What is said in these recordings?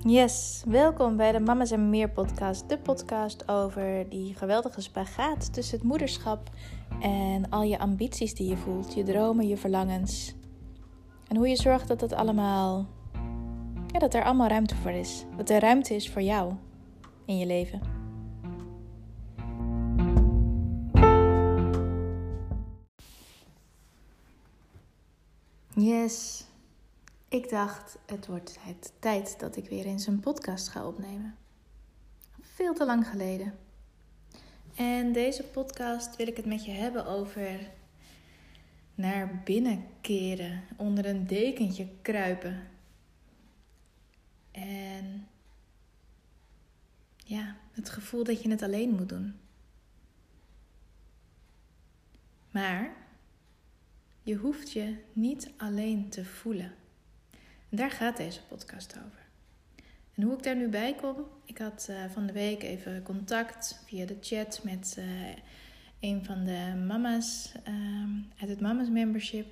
Yes, welkom bij de Mama's en Meer podcast. De podcast over die geweldige spagaat tussen het moederschap en al je ambities die je voelt, je dromen, je verlangens. En hoe je zorgt dat er allemaal ruimte voor is. Dat er ruimte is voor jou in je leven. Yes. Ik dacht, het wordt tijd dat ik weer eens een podcast ga opnemen. Veel te lang geleden. En deze podcast wil ik het met je hebben over naar binnen keren, onder een dekentje kruipen. En het gevoel dat je het alleen moet doen. Maar je hoeft je niet alleen te voelen. En daar gaat deze podcast over. En hoe ik daar nu bij kom, ik had van de week even contact via de chat met een van de mama's uit het Mama's Membership.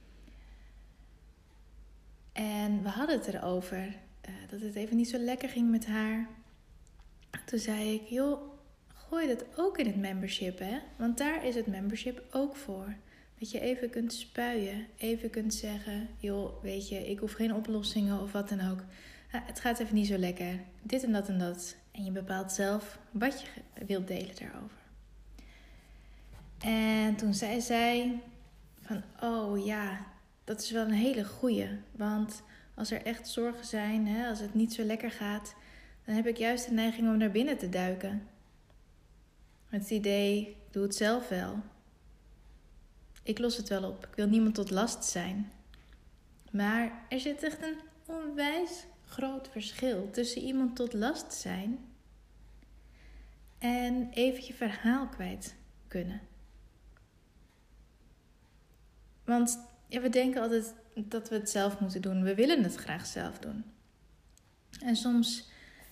En we hadden het erover dat het even niet zo lekker ging met haar. Toen zei ik, joh, gooi dat ook in het membership, hè? Want daar is het membership ook voor. Dat je even kunt spuien, even kunt zeggen, joh, weet je, ik hoef geen oplossingen of wat dan ook. Het gaat even niet zo lekker, dit en dat en dat. En je bepaalt zelf wat je wilt delen daarover. En toen zei zij van, oh ja, dat is wel een hele goeie. Want als er echt zorgen zijn, als het niet zo lekker gaat, dan heb ik juist de neiging om naar binnen te duiken. Met het idee, doe het zelf wel. Ik los het wel op. Ik wil niemand tot last zijn. Maar er zit echt een onwijs groot verschil tussen iemand tot last zijn en even je verhaal kwijt kunnen. Want we denken altijd dat we het zelf moeten doen. We willen het graag zelf doen. En soms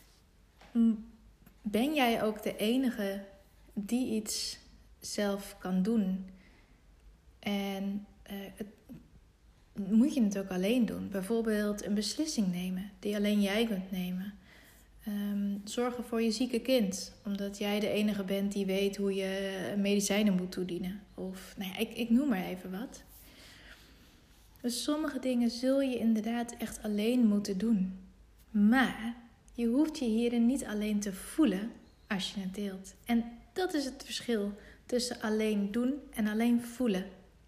ben jij ook de enige die iets zelf kan doen. En moet je het ook alleen doen. Bijvoorbeeld een beslissing nemen die alleen jij kunt nemen. Zorgen voor je zieke kind. Omdat jij de enige bent die weet hoe je medicijnen moet toedienen. Of, ik noem maar even wat. Dus sommige dingen zul je inderdaad echt alleen moeten doen. Maar je hoeft je hierin niet alleen te voelen als je het deelt. En dat is het verschil tussen alleen doen en alleen voelen.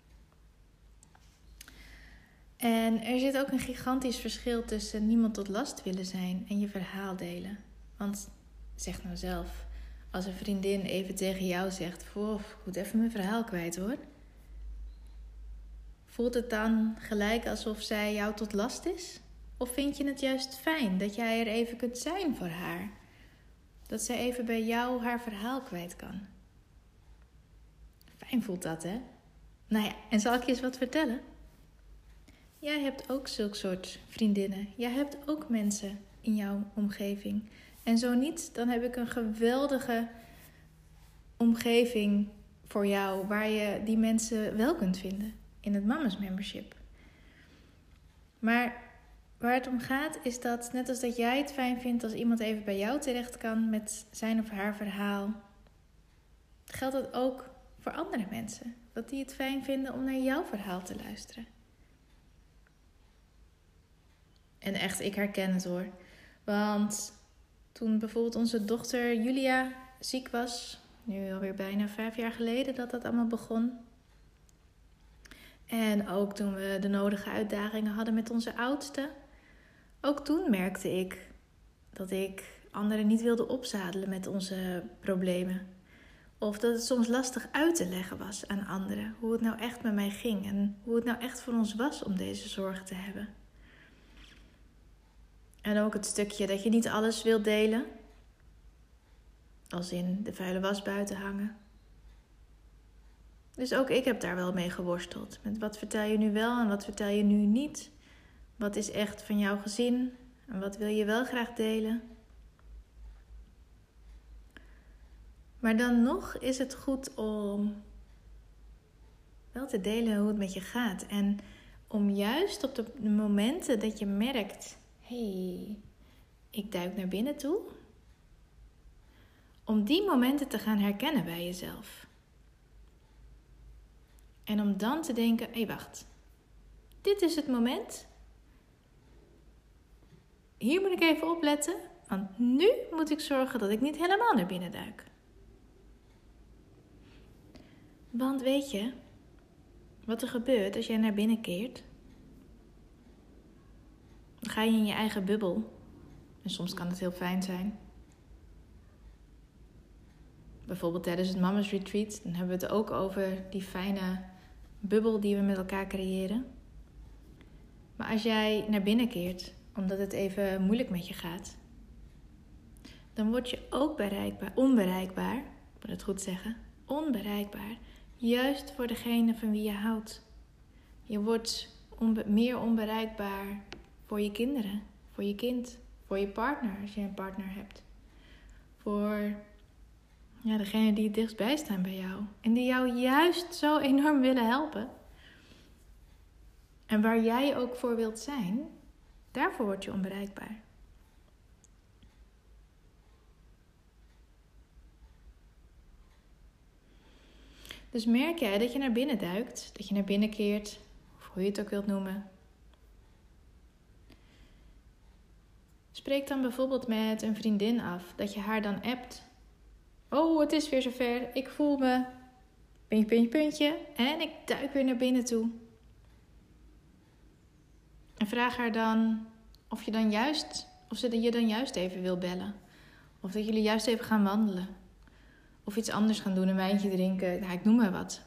En er zit ook een gigantisch verschil tussen niemand tot last willen zijn en je verhaal delen. Want zeg nou zelf, als een vriendin even tegen jou zegt, ik moet even mijn verhaal kwijt hoor. Voelt het dan gelijk alsof zij jou tot last is? Of vind je het juist fijn dat jij er even kunt zijn voor haar? Dat zij even bij jou haar verhaal kwijt kan. Fijn voelt dat, hè? En zal ik je eens wat vertellen? Jij hebt ook zulk soort vriendinnen. Jij hebt ook mensen in jouw omgeving. En zo niet, dan heb ik een geweldige omgeving voor jou waar je die mensen wel kunt vinden in het Mama's Membership. Maar waar het om gaat is dat, net als dat jij het fijn vindt als iemand even bij jou terecht kan met zijn of haar verhaal, geldt dat ook voor andere mensen. Dat die het fijn vinden om naar jouw verhaal te luisteren. En echt, ik herken het hoor. Want toen bijvoorbeeld onze dochter Julia ziek was, nu alweer bijna 5 jaar geleden dat allemaal begon. En ook toen we de nodige uitdagingen hadden met onze oudste. Ook toen merkte ik dat ik anderen niet wilde opzadelen met onze problemen. Of dat het soms lastig uit te leggen was aan anderen. Hoe het nou echt met mij ging en hoe het nou echt voor ons was om deze zorgen te hebben. En ook het stukje dat je niet alles wilt delen. Als in de vuile was buiten hangen. Dus ook ik heb daar wel mee geworsteld. Met wat vertel je nu wel en wat vertel je nu niet? Wat is echt van jouw gezin en wat wil je wel graag delen? Maar dan nog is het goed om wel te delen hoe het met je gaat. En om juist op de momenten dat je merkt, Ik duik naar binnen toe. Om die momenten te gaan herkennen bij jezelf. En om dan te denken, hé, wacht. Dit is het moment. Hier moet ik even opletten. Want nu moet ik zorgen dat ik niet helemaal naar binnen duik. Want weet je wat er gebeurt als jij naar binnen keert? Dan ga je in je eigen bubbel. En soms kan het heel fijn zijn. Bijvoorbeeld tijdens het Mama's Retreat. Dan hebben we het ook over die fijne bubbel die we met elkaar creëren. Maar als jij naar binnen keert, omdat het even moeilijk met je gaat, dan word je ook onbereikbaar. Ik moet het goed zeggen. Onbereikbaar. Juist voor degene van wie je houdt. Je wordt meer onbereikbaar voor je kinderen. Voor je kind. Voor je partner, als je een partner hebt. Voor degene die het dichtstbij staan bij jou. En die jou juist zo enorm willen helpen. En waar jij ook voor wilt zijn, daarvoor word je onbereikbaar. Dus merk jij dat je naar binnen duikt, dat je naar binnen keert, of hoe je het ook wilt noemen. Spreek dan bijvoorbeeld met een vriendin af, dat je haar dan appt. Oh, het is weer zover, ik voel me, puntje, puntje, puntje, en ik duik weer naar binnen toe. En vraag haar dan of ze je dan juist even wil bellen. Of dat jullie juist even gaan wandelen. Of iets anders gaan doen, een wijntje drinken. Nou, ik noem maar wat.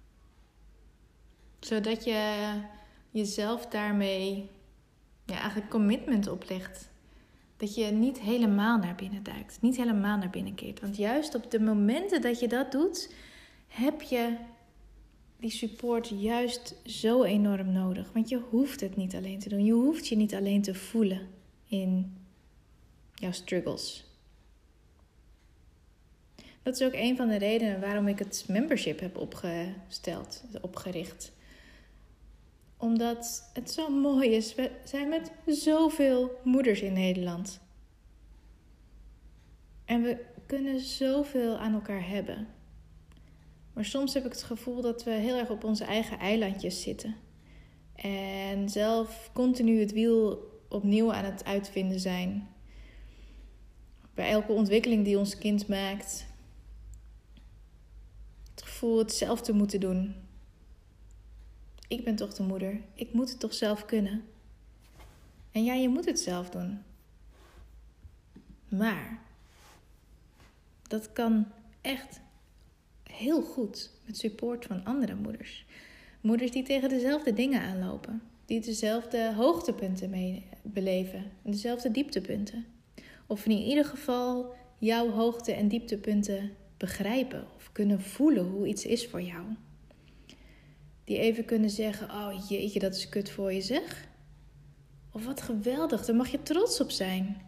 Zodat je jezelf daarmee eigenlijk commitment oplegt. Dat je niet helemaal naar binnen duikt. Niet helemaal naar binnen keert. Want juist op de momenten dat je dat doet, heb je die support juist zo enorm nodig. Want je hoeft het niet alleen te doen. Je hoeft je niet alleen te voelen in jouw struggles. Dat is ook een van de redenen waarom ik het membership heb opgericht. Omdat het zo mooi is. We zijn met zoveel moeders in Nederland. En we kunnen zoveel aan elkaar hebben. Maar soms heb ik het gevoel dat we heel erg op onze eigen eilandjes zitten. En zelf continu het wiel opnieuw aan het uitvinden zijn. Bij elke ontwikkeling die ons kind maakt. Het gevoel het zelf te moeten doen. Ik ben toch de moeder. Ik moet het toch zelf kunnen. En ja, je moet het zelf doen. Maar dat kan echt heel goed met support van andere moeders. Moeders die tegen dezelfde dingen aanlopen. Die dezelfde hoogtepunten mee beleven. Dezelfde dieptepunten. Of in ieder geval jouw hoogte- en dieptepunten begrijpen. Of kunnen voelen hoe iets is voor jou. Die even kunnen zeggen, oh jeetje, dat is kut voor je zeg. Of wat geweldig, daar mag je trots op zijn.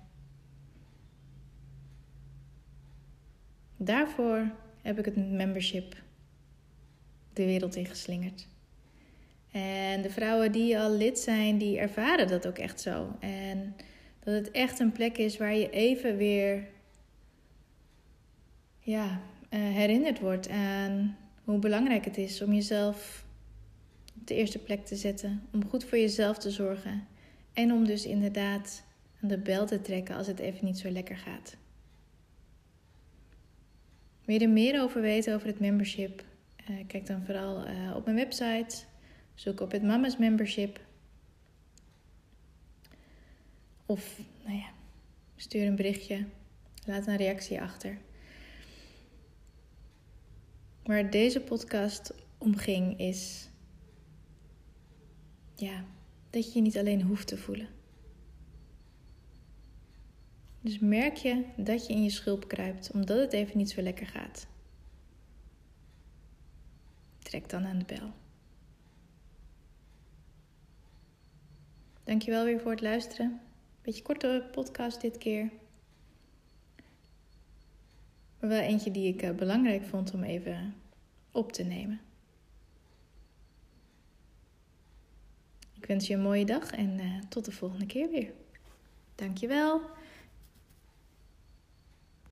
Daarvoor heb ik het membership de wereld in geslingerd. En de vrouwen die al lid zijn, die ervaren dat ook echt zo. En dat het echt een plek is waar je even weer herinnerd wordt aan hoe belangrijk het is om jezelf op de eerste plek te zetten. Om goed voor jezelf te zorgen. En om dus inderdaad aan de bel te trekken als het even niet zo lekker gaat. Wil je er meer over weten over het membership? Kijk dan vooral op mijn website. Zoek op het Mama's Membership. Of, stuur een berichtje. Laat een reactie achter. Waar deze podcast om ging is dat je je niet alleen hoeft te voelen. Dus merk je dat je in je schulp kruipt omdat het even niet zo lekker gaat. Trek dan aan de bel. Dankjewel weer voor het luisteren. Beetje korte podcast dit keer. Maar wel eentje die ik belangrijk vond om even op te nemen. Ik wens je een mooie dag en tot de volgende keer weer. Dankjewel.